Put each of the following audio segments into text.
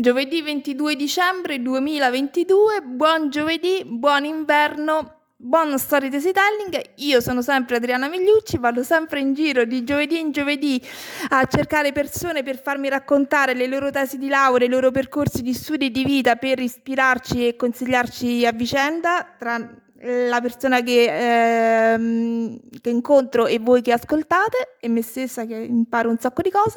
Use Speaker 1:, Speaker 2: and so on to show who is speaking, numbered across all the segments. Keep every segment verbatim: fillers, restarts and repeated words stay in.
Speaker 1: Giovedì ventidue dicembre duemilaventidue, buon giovedì, buon inverno, buon storytelling. Io sono sempre Adriana Migliucci, vado sempre in giro di giovedì in giovedì a cercare persone per farmi raccontare le loro tesi di laurea, i loro percorsi di studi e di vita per ispirarci e consigliarci a vicenda tra la persona che, ehm, che incontro e voi che ascoltate e me stessa che imparo un sacco di cose.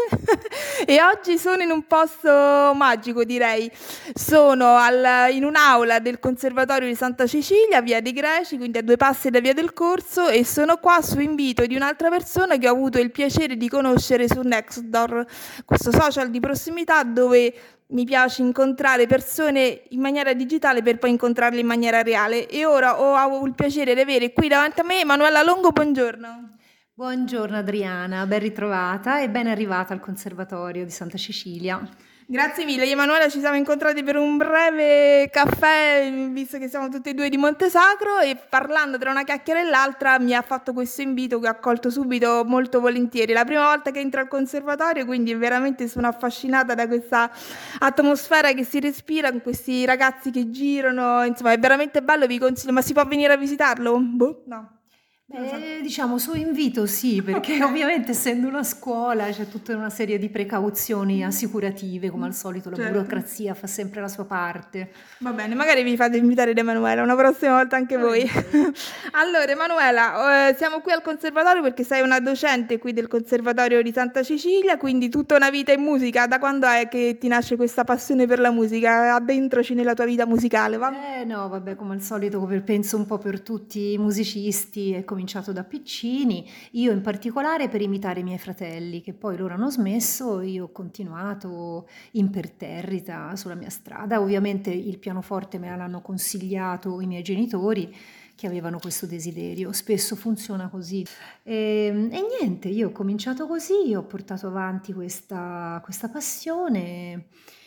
Speaker 1: E oggi sono in un posto magico, direi. Sono al, in un'aula del Conservatorio di Santa Cecilia, via dei Greci, quindi a due passi da via del Corso, e sono qua su invito di un'altra persona che ho avuto il piacere di conoscere su Nextdoor, questo social di prossimità dove mi piace incontrare persone in maniera digitale per poi incontrarle in maniera reale. E ora ho, ho il piacere di avere qui davanti a me Emanuela Longo, buongiorno.
Speaker 2: Buongiorno Adriana, ben ritrovata e ben arrivata al Conservatorio di Santa Cecilia.
Speaker 1: Grazie mille, io e Emanuela ci siamo incontrati per un breve caffè, visto che siamo tutti e due di Montesacro, e parlando tra una chiacchiera e l'altra mi ha fatto questo invito che ho accolto subito molto volentieri. La prima volta che entro al conservatorio, quindi veramente sono affascinata da questa atmosfera che si respira con questi ragazzi che girano, insomma è veramente bello, vi consiglio, ma si può venire a visitarlo? Boh, no.
Speaker 2: Beh, diciamo su invito sì, perché
Speaker 1: Ok.
Speaker 2: ovviamente essendo una scuola c'è tutta una serie di precauzioni assicurative, come al solito la
Speaker 1: Certo.
Speaker 2: burocrazia fa sempre la sua parte.
Speaker 1: Va bene, magari vi fate invitare da Emanuela una prossima volta anche voi. Allora, Emanuela, eh, siamo qui al conservatorio perché sei una docente qui del Conservatorio di Santa Cecilia, quindi tutta una vita in musica. Da quando è che ti nasce questa passione per la musica? Addentraci nella tua vita musicale, va?
Speaker 2: Eh no, vabbè, come al solito, come penso un po' per tutti i musicisti, è cominciato da piccini, io in particolare per imitare i miei fratelli, che poi loro hanno smesso, io ho continuato imperterrita sulla mia strada. Ovviamente il pianoforte me l'hanno consigliato i miei genitori, che avevano questo desiderio, spesso funziona così. E, e niente, io ho cominciato così, ho portato avanti questa, questa passione.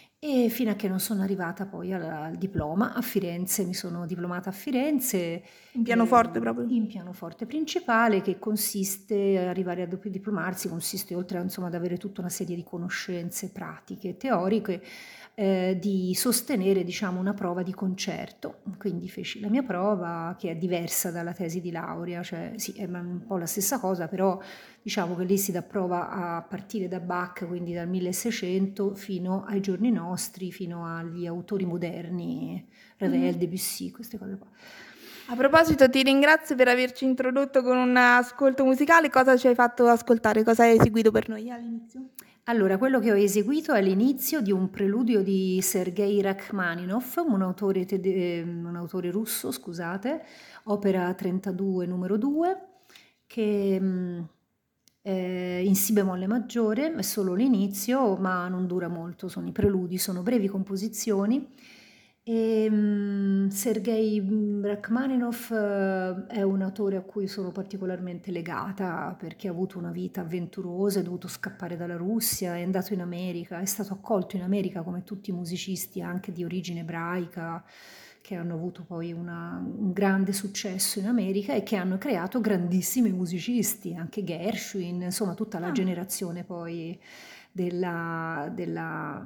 Speaker 2: E fino a che non sono arrivata poi al, al diploma a Firenze, mi sono diplomata a Firenze
Speaker 1: In pianoforte
Speaker 2: eh,
Speaker 1: proprio.
Speaker 2: in pianoforte principale, che consiste, arrivare a doppio diplomarsi, consiste oltre a, insomma, ad avere tutta una serie di conoscenze pratiche e teoriche, eh, di sostenere, diciamo, una prova di concerto. Quindi feci la mia prova, che è diversa dalla tesi di laurea, cioè sì, è un po' la stessa cosa, però diciamo che lì si dà prova a partire da Bach, quindi dal milleseicento fino ai giorni nostri, fino agli autori moderni, Ravel, Debussy, queste cose qua.
Speaker 1: A proposito, ti ringrazio per averci introdotto con un ascolto musicale. Cosa ci hai fatto ascoltare? Cosa hai eseguito per noi all'inizio?
Speaker 2: Allora, quello che ho eseguito è l'inizio di un preludio di Sergei Rachmaninov, un autore, tede- un autore russo, scusate, opera trentadue numero due, che mh, è in si bemolle maggiore, è solo l'inizio, ma non dura molto, sono i preludi, sono brevi composizioni. E, mh, Sergei Rachmaninov eh, è un autore a cui sono particolarmente legata perché ha avuto una vita avventurosa, è dovuto scappare dalla Russia, è andato in America, è stato accolto in America come tutti i musicisti anche di origine ebraica che hanno avuto poi una, un grande successo in America e che hanno creato grandissimi musicisti, anche Gershwin, insomma tutta la
Speaker 1: Ah.
Speaker 2: generazione poi della, della,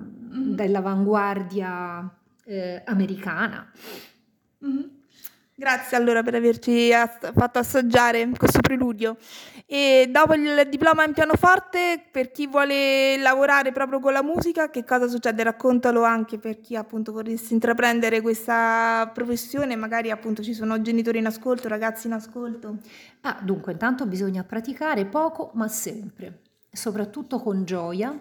Speaker 2: dell'avanguardia eh, americana.
Speaker 1: Mhm. Grazie allora per averci ass- fatto assaggiare questo preludio. E dopo il diploma in pianoforte, per chi vuole lavorare proprio con la musica, che cosa succede? Raccontalo anche per chi appunto vorresse intraprendere questa professione, magari appunto ci sono genitori in ascolto, ragazzi in ascolto.
Speaker 2: Ah, dunque, intanto bisogna praticare poco ma sempre, soprattutto con gioia,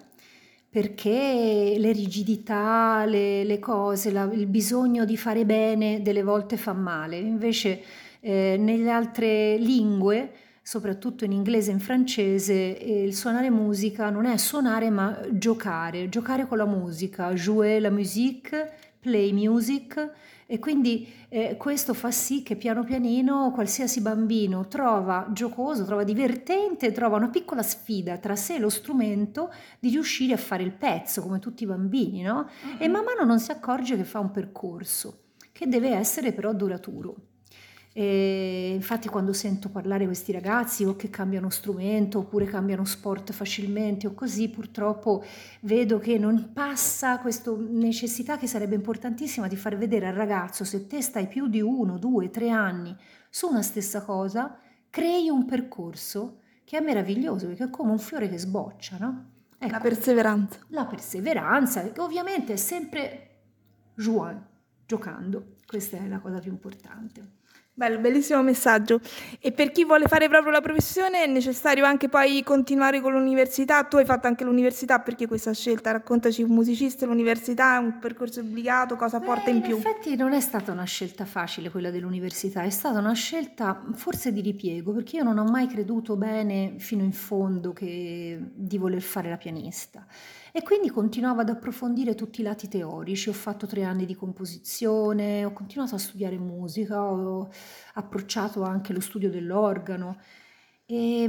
Speaker 2: perché le rigidità, le, le cose, la- il bisogno di fare bene delle volte fa male. Invece eh, nelle altre lingue, soprattutto in inglese e in francese, eh, il suonare musica non è suonare ma giocare, giocare con la musica, jouer la musique, play music. E quindi eh, questo fa sì che piano pianino qualsiasi bambino trova giocoso, trova divertente, trova una piccola sfida tra sé e lo strumento di riuscire a fare il pezzo, come tutti i bambini, no? E man mano non si accorge che fa un percorso, che deve essere però duraturo. E infatti quando sento parlare questi ragazzi o che cambiano strumento oppure cambiano sport facilmente o così, purtroppo vedo che non passa questa necessità che sarebbe importantissima di far vedere al ragazzo, se te stai più di uno, due, tre anni su una stessa cosa, crei un percorso che è meraviglioso, perché è come un fiore che sboccia, no? Ecco,
Speaker 1: La perseveranza.
Speaker 2: La perseveranza, che ovviamente è sempre jouant, giocando, questa è la cosa più importante.
Speaker 1: Bello, bellissimo messaggio. E per chi vuole fare proprio la professione è necessario anche poi continuare con l'università. Tu hai fatto anche l'università, perché questa scelta? Raccontaci, un musicista, l'università è un percorso obbligato, cosa
Speaker 2: Beh,
Speaker 1: porta in più?
Speaker 2: In effetti non è stata una scelta facile quella dell'università, è stata una scelta forse di ripiego, perché io non ho mai creduto bene fino in fondo che, di voler fare la pianista. E quindi continuavo ad approfondire tutti i lati teorici, ho fatto tre anni di composizione, ho continuato a studiare musica, ho approcciato anche lo studio dell'organo e,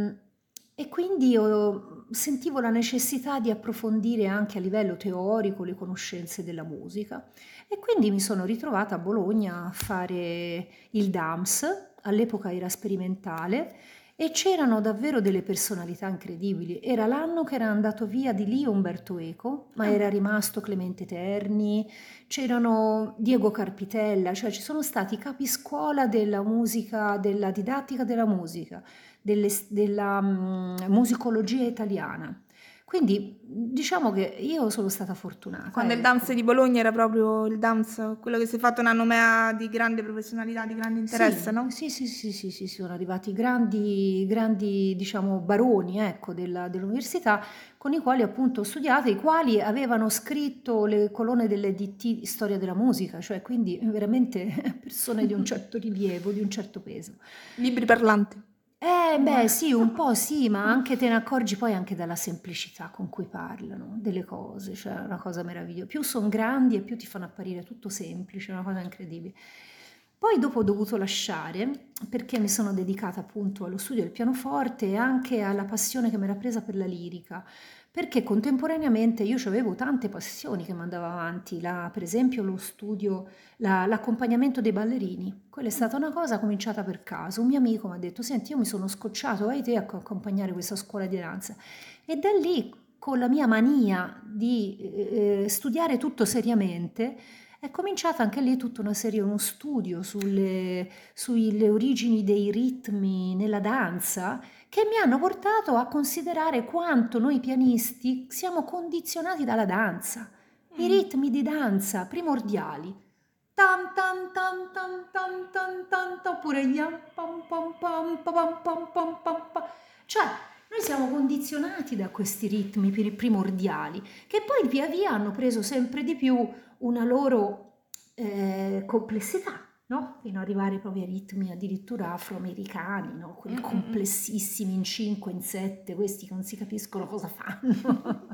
Speaker 2: e quindi ho, sentivo la necessità di approfondire anche a livello teorico le conoscenze della musica e quindi mi sono ritrovata a Bologna a fare il D A M S, all'epoca era sperimentale, e c'erano davvero delle personalità incredibili. Era l'anno che era andato via di lì Umberto Eco, ma era rimasto Clemente Terni, c'erano Diego Carpitella, cioè ci sono stati capiscuola della musica, della didattica della musica, delle- della mm, musicologia italiana. Quindi diciamo che io sono stata fortunata.
Speaker 1: Quando il
Speaker 2: ecco.
Speaker 1: D A M S di Bologna era proprio il D A M S, quello che si è fatto una nomea di grande professionalità, di grande interesse,
Speaker 2: Sì,
Speaker 1: no?
Speaker 2: sì, sì, sì, sì, sì, sono arrivati grandi, grandi, diciamo, baroni, ecco, della- dell'università con i quali appunto ho studiato, i quali avevano scritto le colonne dell'E D T Storia della musica, cioè quindi veramente persone di un certo rilievo, di un certo peso.
Speaker 1: Libri parlanti.
Speaker 2: Eh, beh, sì, un po' sì, ma anche te ne accorgi poi anche dalla semplicità con cui parlano delle cose, cioè è una cosa meravigliosa. Più sono grandi e più ti fanno apparire tutto semplice, è una cosa incredibile. Poi dopo ho dovuto lasciare perché mi sono dedicata appunto allo studio del pianoforte e anche alla passione che mi era presa per la lirica, perché contemporaneamente io avevo tante passioni che mandavo avanti, la- per esempio lo studio, la- l'accompagnamento dei ballerini. Quella è stata una cosa cominciata per caso. Un mio amico mi ha detto: Senti, io mi sono scocciato, vai te a co- accompagnare questa scuola di danza. E da lì, con la mia mania di eh, eh, studiare tutto seriamente, è cominciata anche lì tutta una serie, uno studio sulle, sulle origini dei ritmi nella danza che mi hanno portato a considerare quanto noi pianisti siamo condizionati dalla danza, i ritmi di danza primordiali. Tan tan tan tan tan tan tan tan, oppure yam pam pam pam pam pam pam pam pam. Cioè, noi siamo condizionati da questi ritmi pri- primordiali che poi via via hanno preso sempre di più una loro eh, complessità, no? Fino ad arrivare proprio ai ritmi addirittura afroamericani, no? Quelli complessissimi in cinque, in sette, questi che non si capiscono cosa fanno.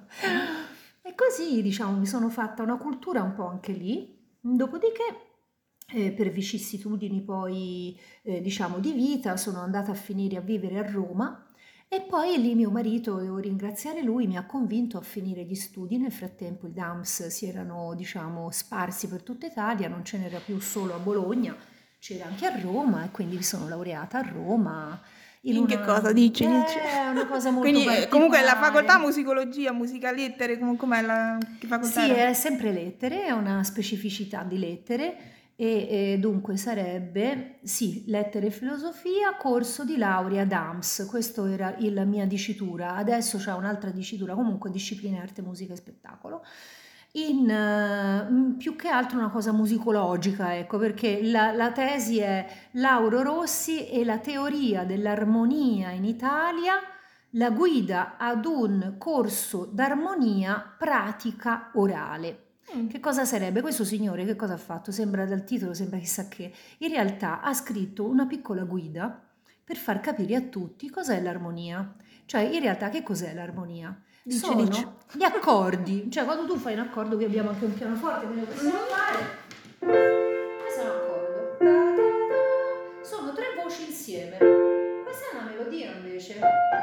Speaker 2: E così, diciamo, mi sono fatta una cultura un po' anche lì. Dopodiché, eh, per vicissitudini poi, eh, diciamo, di vita, sono andata a finire a vivere a Roma e poi lì mio marito, devo ringraziare lui, mi ha convinto a finire gli studi. Nel frattempo i D A M S si erano, diciamo, sparsi per tutta Italia, non ce n'era più solo a Bologna, c'era anche a Roma e quindi mi sono laureata a Roma. In,
Speaker 1: In che
Speaker 2: una,
Speaker 1: cosa dici? dici?
Speaker 2: È una cosa molto
Speaker 1: Quindi eh, comunque la facoltà
Speaker 2: particolare.
Speaker 1: musicologia, musica lettere, com- com'è la che facoltà
Speaker 2: Sì,
Speaker 1: era?
Speaker 2: è sempre lettere, è una specificità di lettere e, e dunque sarebbe, sì, lettere e filosofia, corso di laurea D A M S, questa era il- la mia dicitura, adesso c'è un'altra dicitura, comunque discipline arte, musica e spettacolo, in eh, m, più che altro una cosa musicologica, ecco, perché la, la tesi è Lauro Rossi e la teoria dell'armonia in Italia, la guida ad un corso d'armonia pratica orale.
Speaker 1: Mm.
Speaker 2: Che cosa sarebbe? Questo signore che cosa ha fatto? Sembra dal titolo, sembra chissà che. In realtà ha scritto una piccola guida per far capire a tutti cos'è l'armonia. Cioè, in realtà che cos'è l'armonia?
Speaker 1: Dici,
Speaker 2: Sono
Speaker 1: dici.
Speaker 2: gli accordi, cioè quando tu fai un accordo, che abbiamo anche un pianoforte, quindi lo possiamo fare. Questo è un accordo. Ta ta ta. Sono tre voci insieme. Questa è una melodia invece.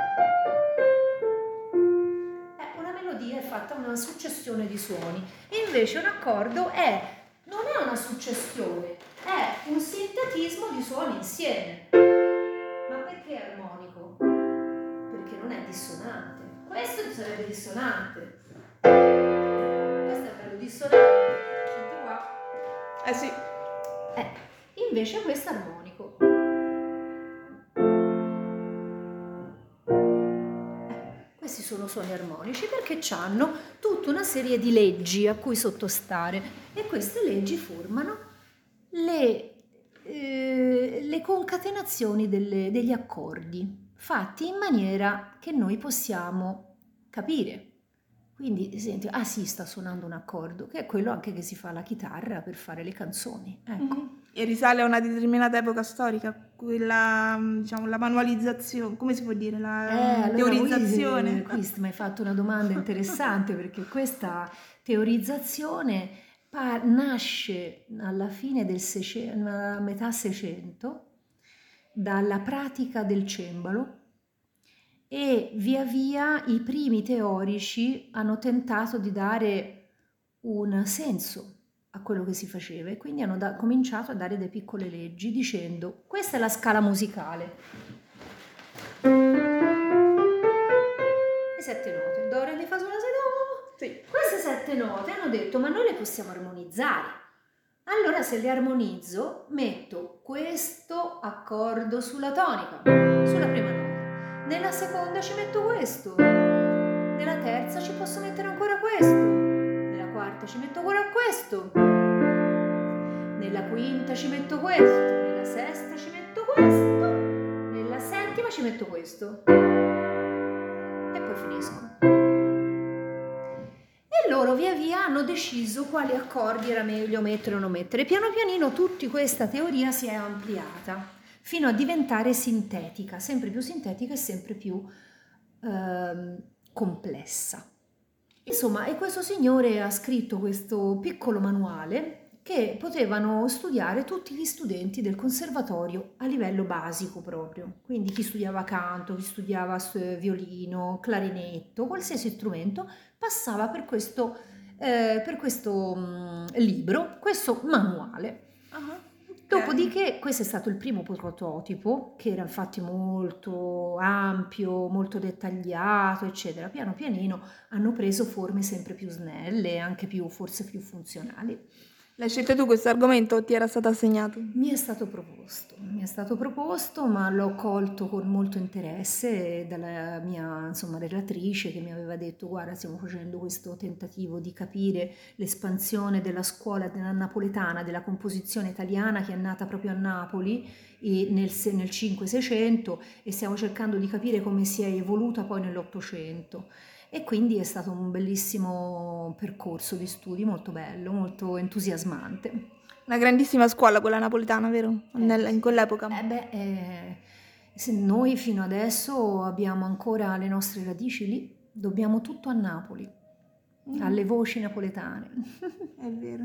Speaker 2: Eh, una melodia è fatta una successione di suoni. Invece un accordo è, non è una successione, è un sintetismo di suoni insieme. Ma perché armonico? Perché non è dissonante. Questo sarebbe dissonante. Questo è bello dissonante. Senti qua.
Speaker 1: Eh sì.
Speaker 2: Eh, invece questo è armonico. Eh, questi sono suoni armonici perché hanno tutta una serie di leggi a cui sottostare e queste leggi formano le, eh, le concatenazioni delle- degli accordi fatti in maniera che noi possiamo capire. Quindi senti, ah sì, sta suonando un accordo, che è quello anche che si fa la chitarra per fare le canzoni. Ecco.
Speaker 1: Mm-hmm. E risale a una determinata epoca storica, quella, diciamo, la manualizzazione, come si può dire, la
Speaker 2: eh, allora
Speaker 1: teorizzazione.
Speaker 2: Qui mi hai fatto una domanda interessante perché questa teorizzazione pa- nasce alla fine del Seicento, a metà Seicento, dalla pratica del cembalo e via via i primi teorici hanno tentato di dare un senso a quello che si faceva e quindi hanno da- cominciato a dare delle piccole leggi dicendo questa è la scala musicale, le sette note, do, re, mi, fa, sol, la, si, do. Sì. Queste sette note hanno detto ma noi le possiamo armonizzare, allora se le armonizzo metto questo accordo sulla tonica, sulla prima nota, nella seconda ci metto questo, nella terza ci posso mettere ancora questo, nella quarta ci metto ancora questo, nella quinta ci metto questo, nella sesta ci metto questo, nella settima ci metto questo e poi finisco. E loro via via hanno deciso quali accordi era meglio mettere o non mettere. Piano pianino tutta questa teoria si è ampliata fino a diventare sintetica, sempre più sintetica e sempre più ehm, complessa. Insomma, e questo signore ha scritto questo piccolo manuale che potevano studiare tutti gli studenti del conservatorio a livello basico proprio, quindi chi studiava canto, chi studiava violino, clarinetto, qualsiasi strumento passava per questo, eh, per questo um, libro, questo manuale. Uh-huh. Dopodiché questo è stato il primo prototipo, che era infatti molto ampio, molto dettagliato, eccetera. Piano pianino hanno preso forme sempre più snelle, anche più, forse più funzionali.
Speaker 1: L'hai scelto tu questo argomento o ti era stato assegnato?
Speaker 2: Mi è stato proposto, mi è stato proposto, ma l'ho colto con molto interesse dalla mia, insomma, relatrice che mi aveva detto guarda stiamo facendo questo tentativo di capire l'espansione della scuola della napoletana, della composizione italiana che è nata proprio a Napoli e nel, nel cinque seicento e stiamo cercando di capire come si è evoluta poi nell'Ottocento. E quindi è stato un bellissimo percorso di studi, molto bello, molto entusiasmante.
Speaker 1: Una grandissima scuola quella napoletana, vero? Nella, in quell'epoca.
Speaker 2: Eh beh, eh, se noi fino adesso abbiamo ancora le nostre radici lì, dobbiamo tutto a Napoli, mm. alle voci napoletane.
Speaker 1: È vero.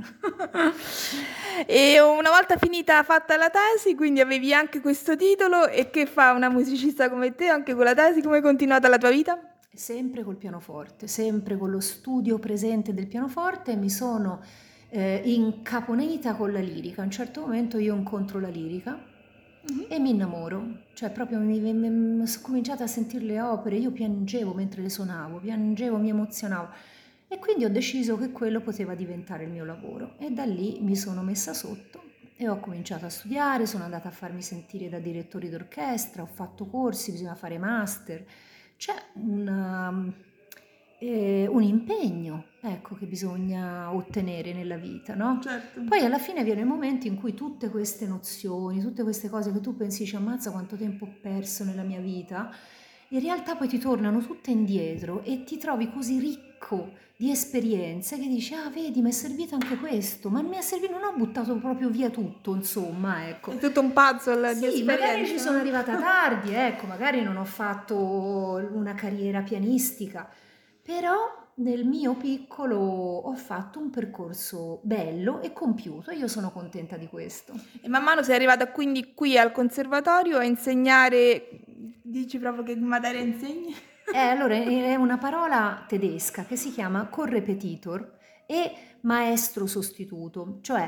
Speaker 1: E una volta finita, fatta la tesi, quindi avevi anche questo titolo, e che fa una musicista come te anche con la tesi? Come è continuata la tua vita?
Speaker 2: Sempre col pianoforte, sempre con lo studio presente del pianoforte, mi sono eh, incaponita con la lirica. A un certo momento io incontro la lirica mm-hmm. e mi innamoro, cioè proprio mi, mi, mi, ho cominciato a sentire le opere, io piangevo mentre le suonavo, piangevo, mi emozionavo e quindi ho deciso che quello poteva diventare il mio lavoro e da lì mi sono messa sotto e ho cominciato a studiare, sono andata a farmi sentire da direttori d'orchestra, ho fatto corsi, bisogna fare master. C'è una, eh, un impegno, ecco, che bisogna ottenere nella vita, no?
Speaker 1: Certo.
Speaker 2: Poi alla fine viene il momento in cui tutte queste nozioni, tutte queste cose che tu pensi, dici, ammazza quanto tempo ho perso nella mia vita, in realtà poi ti tornano tutte indietro e ti trovi così ricco di esperienze che dici, ah vedi, mi è servito anche questo, ma mi è servito, non ho buttato proprio via tutto, insomma, ecco.
Speaker 1: È tutto un puzzle di
Speaker 2: sì,
Speaker 1: esperienza.
Speaker 2: Magari ci sono arrivata tardi, ecco, magari non ho fatto una carriera pianistica, però nel mio piccolo ho fatto un percorso bello e compiuto e io sono contenta di questo.
Speaker 1: E man mano sei arrivata quindi qui al conservatorio a insegnare, dici proprio che materia insegni?
Speaker 2: Eh, allora è una parola tedesca che si chiama Korrepetitor e maestro sostituto, cioè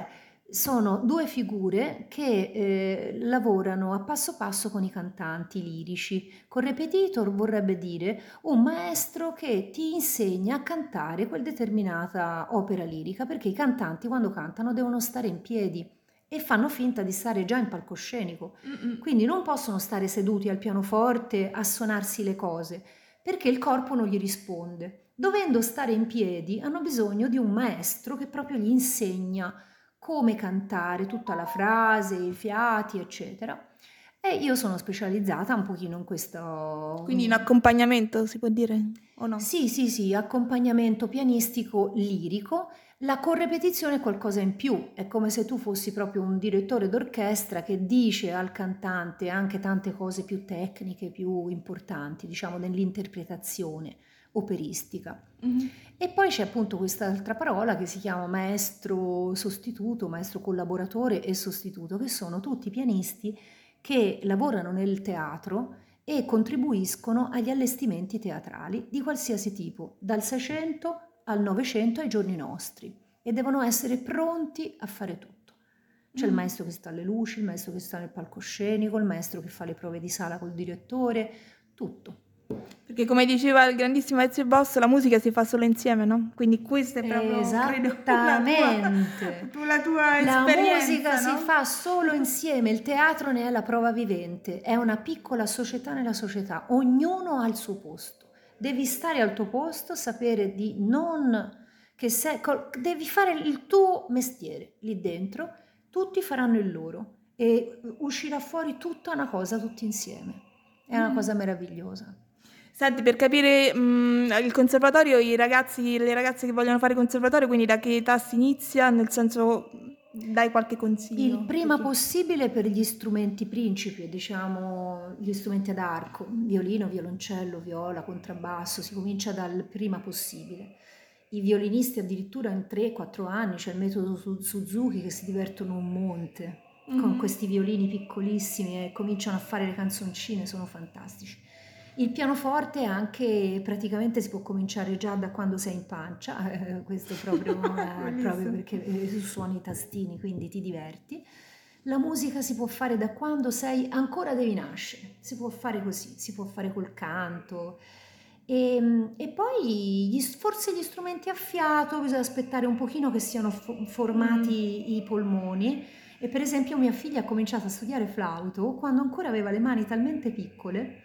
Speaker 2: sono due figure che eh, lavorano a passo passo con i cantanti lirici. Correpetitor vorrebbe dire un maestro che ti insegna a cantare quel determinata opera lirica, perché i cantanti quando cantano devono stare in piedi e fanno finta di stare già in palcoscenico,
Speaker 1: Mm-mm.
Speaker 2: quindi non possono stare seduti al pianoforte a suonarsi le cose, perché il corpo non gli risponde. Dovendo stare in piedi hanno bisogno di un maestro che proprio gli insegna come cantare tutta la frase, i fiati, eccetera. E io sono specializzata un pochino in questo.
Speaker 1: Quindi in accompagnamento si può dire o no?
Speaker 2: Sì, sì, sì, accompagnamento pianistico lirico. La correpetizione è qualcosa in più, è come se tu fossi proprio un direttore d'orchestra che dice al cantante anche tante cose più tecniche, più importanti, diciamo, nell'interpretazione operistica.
Speaker 1: Mm-hmm.
Speaker 2: E poi c'è appunto quest'altra parola che si chiama maestro sostituto, maestro collaboratore e sostituto, che sono tutti pianisti che lavorano nel teatro e contribuiscono agli allestimenti teatrali di qualsiasi tipo, dal Seicento al Novecento ai giorni nostri, e devono essere pronti a fare tutto. C'è mm. il maestro che sta alle luci, il maestro che sta nel palcoscenico, il maestro che fa le prove di sala col direttore, tutto.
Speaker 1: Perché come diceva il grandissimo Ezio Boss, la musica si fa solo insieme, no? Quindi questa è proprio,
Speaker 2: esattamente,
Speaker 1: credo, la tua, la tua esperienza,
Speaker 2: la musica
Speaker 1: no?
Speaker 2: si fa solo insieme, il teatro ne è la prova vivente, è una piccola società nella società, ognuno ha il suo posto, devi stare al tuo posto, sapere di non, che sei, devi fare il tuo mestiere lì dentro, tutti faranno il loro e uscirà fuori tutta una cosa tutti insieme, è una mm. cosa meravigliosa.
Speaker 1: Senti, per capire mh, il conservatorio, i ragazzi, le ragazze che vogliono fare conservatorio, quindi da che età si inizia? Nel senso, dai qualche consiglio?
Speaker 2: Il prima così. Possibile per gli strumenti principi, diciamo gli strumenti ad arco, violino, violoncello, viola, contrabbasso, si comincia dal prima possibile. I violinisti addirittura in tre quattro anni, c'è il metodo Suzuki, che si divertono un monte mm-hmm. con questi violini piccolissimi e cominciano a fare le canzoncine, sono fantastici. Il pianoforte anche praticamente si può cominciare già da quando sei in pancia, eh, questo proprio, eh, proprio perché eh, suoni i tastini, quindi ti diverti. La musica si può fare da quando sei, ancora devi nascere, si può fare così, si può fare col canto. E, e poi gli, forse gli strumenti a fiato, bisogna aspettare un pochino che siano fo- formati mm. i polmoni. E per esempio mia figlia ha cominciato a studiare flauto quando ancora aveva le mani talmente piccole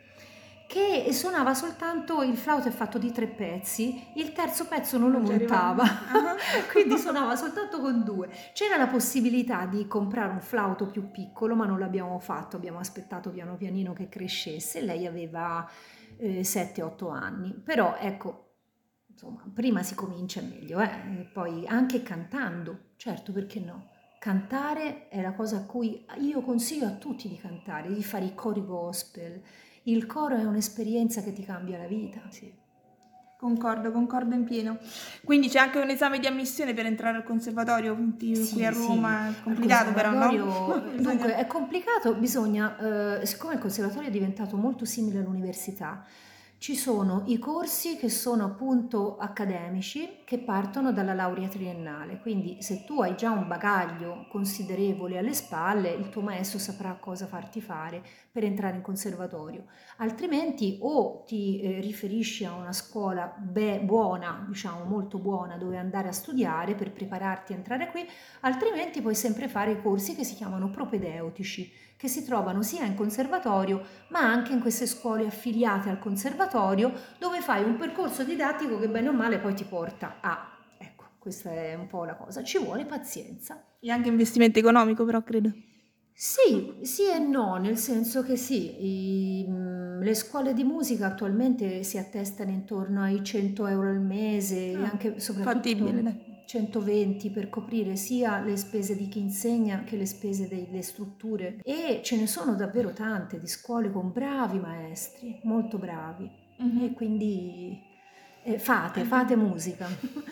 Speaker 2: che suonava soltanto, il flauto è fatto di tre pezzi, il terzo pezzo non lo non montava, uh-huh. quindi suonava soltanto con due. C'era la possibilità di comprare un flauto più piccolo, ma non l'abbiamo fatto, abbiamo aspettato piano pianino che crescesse. Lei aveva eh, sette otto anni, però ecco, insomma, prima si comincia meglio, eh? E poi anche cantando, certo, perché no? Cantare è la cosa a cui io consiglio a tutti di cantare, di fare i cori gospel. Il coro è un'esperienza che ti cambia la vita. Sì.
Speaker 1: Concordo, concordo in pieno. Quindi c'è anche un esame di ammissione per entrare al conservatorio qui
Speaker 2: sì,
Speaker 1: a Roma,
Speaker 2: sì.
Speaker 1: è complicato però, no?
Speaker 2: Dunque è complicato, bisogna, eh, siccome il conservatorio è diventato molto simile all'università, ci sono i corsi che sono appunto accademici, che partono dalla laurea triennale, quindi se tu hai già un bagaglio considerevole alle spalle, il tuo maestro saprà cosa farti fare per entrare in conservatorio. Altrimenti o ti eh, riferisci a una scuola be- buona, diciamo molto buona, dove andare a studiare per prepararti a entrare qui, altrimenti puoi sempre fare i corsi che si chiamano propedeutici, che si trovano sia in conservatorio ma anche in queste scuole affiliate al conservatorio, dove fai un percorso didattico che bene o male poi ti porta a, ecco, questa è un po' la cosa, ci vuole pazienza.
Speaker 1: E anche investimento economico però, credo.
Speaker 2: Sì, sì e no, nel senso che sì, i, le scuole di musica attualmente si attestano intorno ai cento euro al mese, ah, anche soprattutto
Speaker 1: fattibile,
Speaker 2: centoventi per coprire sia le spese di chi insegna che le spese delle strutture, e ce ne sono davvero tante di scuole con bravi maestri, molto bravi, mm-hmm. e quindi eh, fate, fate musica.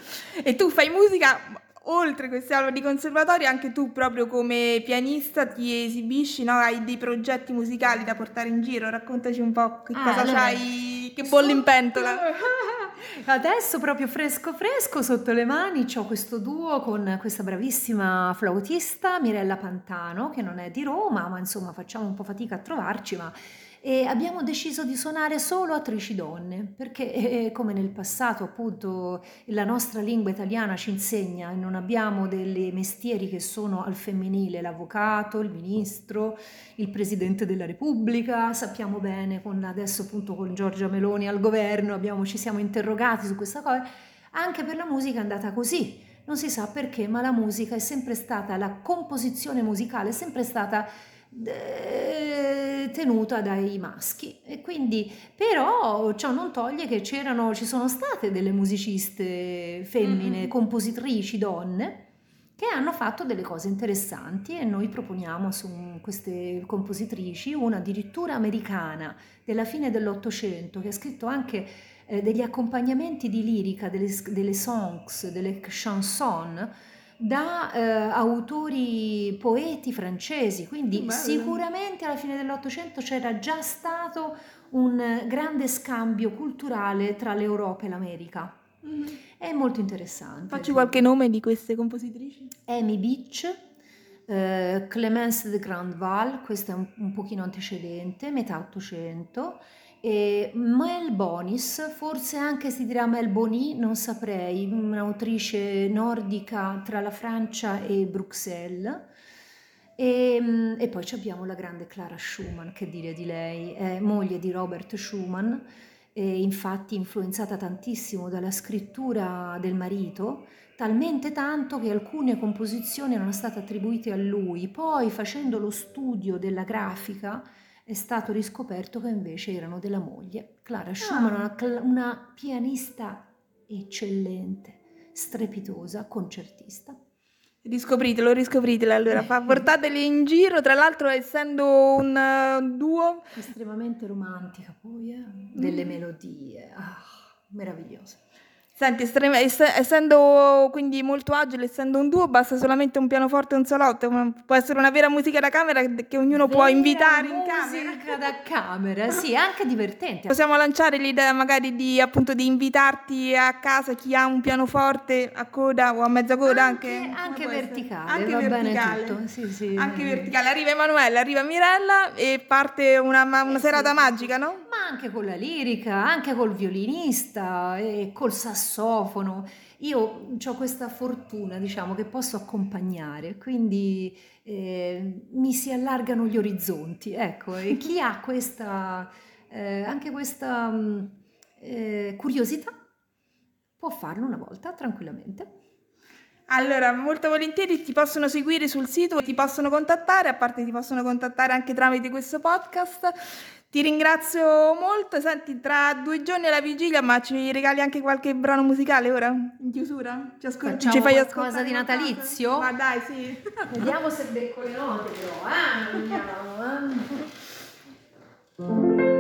Speaker 1: E tu fai musica? Oltre queste aule di conservatorio, anche tu proprio come pianista ti esibisci, no? Hai dei progetti musicali da portare in giro, raccontaci un po' che ah, cosa allora, c'hai, che bolle in pentola.
Speaker 2: Adesso proprio fresco fresco sotto le mani c'ho questo duo con questa bravissima flautista Mirella Pantano, che non è di Roma, ma insomma facciamo un po' fatica a trovarci, ma e abbiamo deciso di suonare solo attrici donne, perché eh, come nel passato appunto la nostra lingua italiana ci insegna, non abbiamo dei mestieri che sono al femminile, l'avvocato, il ministro, il Presidente della Repubblica, sappiamo bene, con, adesso appunto con Giorgia Meloni al governo abbiamo, ci siamo interrogati su questa cosa, anche per la musica è andata così, non si sa perché, ma la musica è sempre stata, la composizione musicale è sempre stata eh, tenuta dai maschi e quindi però ciò non toglie che c'erano, ci sono state delle musiciste femmine, mm-hmm. compositrici, donne, che hanno fatto delle cose interessanti e noi proponiamo su queste compositrici una addirittura americana della fine dell'Ottocento che ha scritto anche eh, degli accompagnamenti di lirica, delle, delle songs, delle chanson da eh, autori, poeti francesi, quindi sicuramente alla fine dell'Ottocento c'era già stato un grande scambio culturale tra l'Europa e l'America. Mm. È molto interessante.
Speaker 1: Facci qualche nome di queste compositrici.
Speaker 2: Amy Beach, eh, Clémence de Grandval, questo è un, un pochino antecedente, metà Ottocento, e Mel Bonis, forse anche si dirà Mel Boni, non saprei, un'autrice nordica tra la Francia e Bruxelles. E, e poi abbiamo la grande Clara Schumann, che dire di lei, è moglie di Robert Schumann, e infatti influenzata tantissimo dalla scrittura del marito, talmente tanto che alcune composizioni erano state attribuite a lui, poi facendo lo studio della grafica è stato riscoperto che invece erano della moglie. Clara Schumann, ah. una, una pianista eccellente, strepitosa, concertista.
Speaker 1: Riscopritelo, riscopritelo, allora, portateli in giro, tra l'altro essendo un uh, duo...
Speaker 2: Estremamente romantica poi, eh? Delle mm. melodie, ah, meravigliose.
Speaker 1: Senti, estrema, ess- essendo quindi molto agile, essendo un duo, basta solamente un pianoforte e un salotto, può essere una vera musica da camera che ognuno
Speaker 2: vera
Speaker 1: può invitare in camera.
Speaker 2: Musica da camera, sì, anche divertente.
Speaker 1: Possiamo lanciare l'idea magari di appunto di invitarti a casa chi ha un pianoforte a coda o a mezza coda,
Speaker 2: anche,
Speaker 1: anche,
Speaker 2: anche verticale,
Speaker 1: anche
Speaker 2: va
Speaker 1: verticale.
Speaker 2: Bene tutto. Sì, sì.
Speaker 1: Anche verticale. Arriva Emanuele, arriva Mirella e parte una, una eh, serata sì, magica, no?
Speaker 2: Ma anche con la lirica, anche col violinista e col sassofono. Io ho questa fortuna, diciamo, che posso accompagnare, quindi eh, mi si allargano gli orizzonti, ecco, e chi ha questa, eh, anche questa eh, curiosità può farlo una volta tranquillamente.
Speaker 1: Allora, molto volentieri ti possono seguire sul sito, ti possono contattare, a parte ti possono contattare anche tramite questo podcast. Ti ringrazio molto, senti, tra due giorni è la vigilia, ma ci regali anche qualche brano musicale ora, in chiusura? Ci, ascol-
Speaker 2: Facciamo
Speaker 1: ci fai
Speaker 2: qualcosa di natalizio?
Speaker 1: Ma dai, sì.
Speaker 2: Vediamo se becco le note però, eh? Andiamo, eh?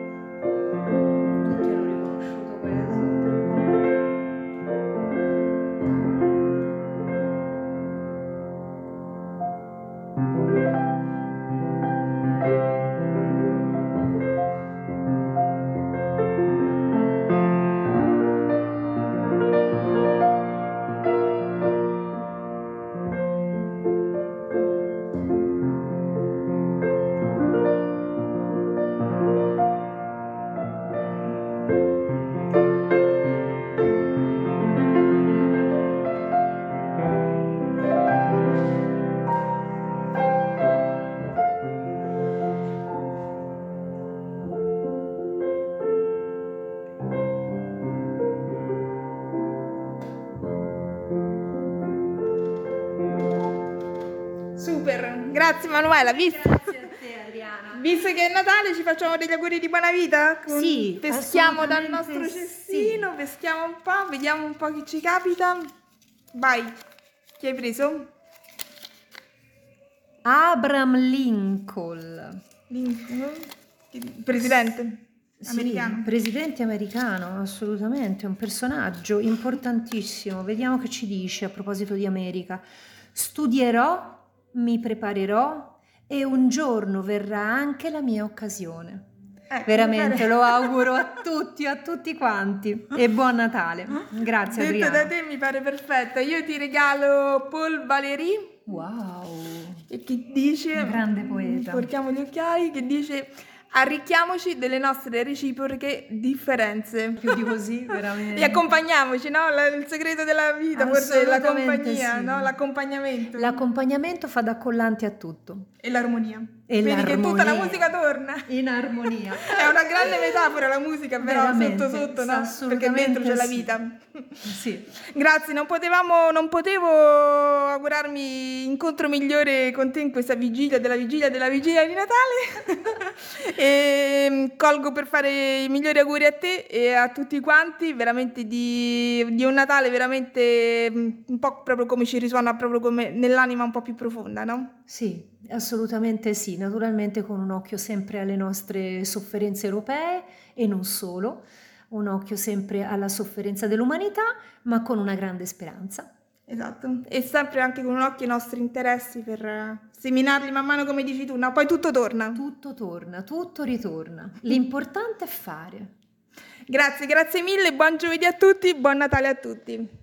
Speaker 1: Super, grazie Manuela, visto?
Speaker 2: Grazie a te Adriana.
Speaker 1: Visto che è Natale ci facciamo degli auguri di buona vita?
Speaker 2: Sì,
Speaker 1: peschiamo dal nostro cestino, sì. Peschiamo un po', vediamo un po' chi ci capita. Vai, chi hai preso?
Speaker 2: Abraham Lincoln.
Speaker 1: Lincoln? Presidente? Americano.
Speaker 2: Sì, presidente americano, assolutamente, un personaggio importantissimo. Vediamo che ci dice a proposito di America. Studierò, mi preparerò e un giorno verrà anche la mia occasione.
Speaker 1: Ecco,
Speaker 2: Veramente
Speaker 1: bene.
Speaker 2: lo auguro a tutti, a tutti quanti. E buon Natale. Grazie
Speaker 1: Detto
Speaker 2: Adriana.
Speaker 1: da te mi pare perfetto. Io ti regalo Paul Valéry,
Speaker 2: Wow,
Speaker 1: e che dice,
Speaker 2: un grande poeta.
Speaker 1: portiamo gli occhiali, che dice arricchiamoci delle nostre reciproche differenze.
Speaker 2: Più di così, veramente.
Speaker 1: E accompagniamoci, no? La- il segreto della vita forse è la
Speaker 2: Assolutamente
Speaker 1: compagnia,
Speaker 2: sì.
Speaker 1: no? L'accompagnamento
Speaker 2: L'accompagnamento fa da collante a tutto.
Speaker 1: e l'armonia.
Speaker 2: E
Speaker 1: Vedi che tutta la
Speaker 2: l'armonia.
Speaker 1: musica torna.
Speaker 2: In armonia.
Speaker 1: È una grande metafora la musica, però
Speaker 2: Veramente,
Speaker 1: sotto sotto,
Speaker 2: sa-
Speaker 1: no? Perché dentro c'è la
Speaker 2: assolutamente sì.
Speaker 1: vita.
Speaker 2: Sì.
Speaker 1: Grazie, non potevamo, non potevo augurarmi incontro migliore con te in questa vigilia della vigilia della vigilia di Natale. E colgo per fare i migliori auguri a te e a tutti quanti, veramente di, di un Natale veramente mm, un po' proprio come ci risuona, proprio come nell'anima un po' più profonda, no?
Speaker 2: Sì, assolutamente sì, naturalmente con un occhio sempre alle nostre sofferenze europee e non solo, un occhio sempre alla sofferenza dell'umanità, ma con una grande speranza.
Speaker 1: Esatto, e sempre anche con un occhio ai nostri interessi per eh, seminarli man mano come dici tu, no? Poi tutto torna.
Speaker 2: Tutto torna, tutto ritorna. L'importante è fare.
Speaker 1: Grazie, grazie mille, buon giovedì a tutti, buon Natale a tutti.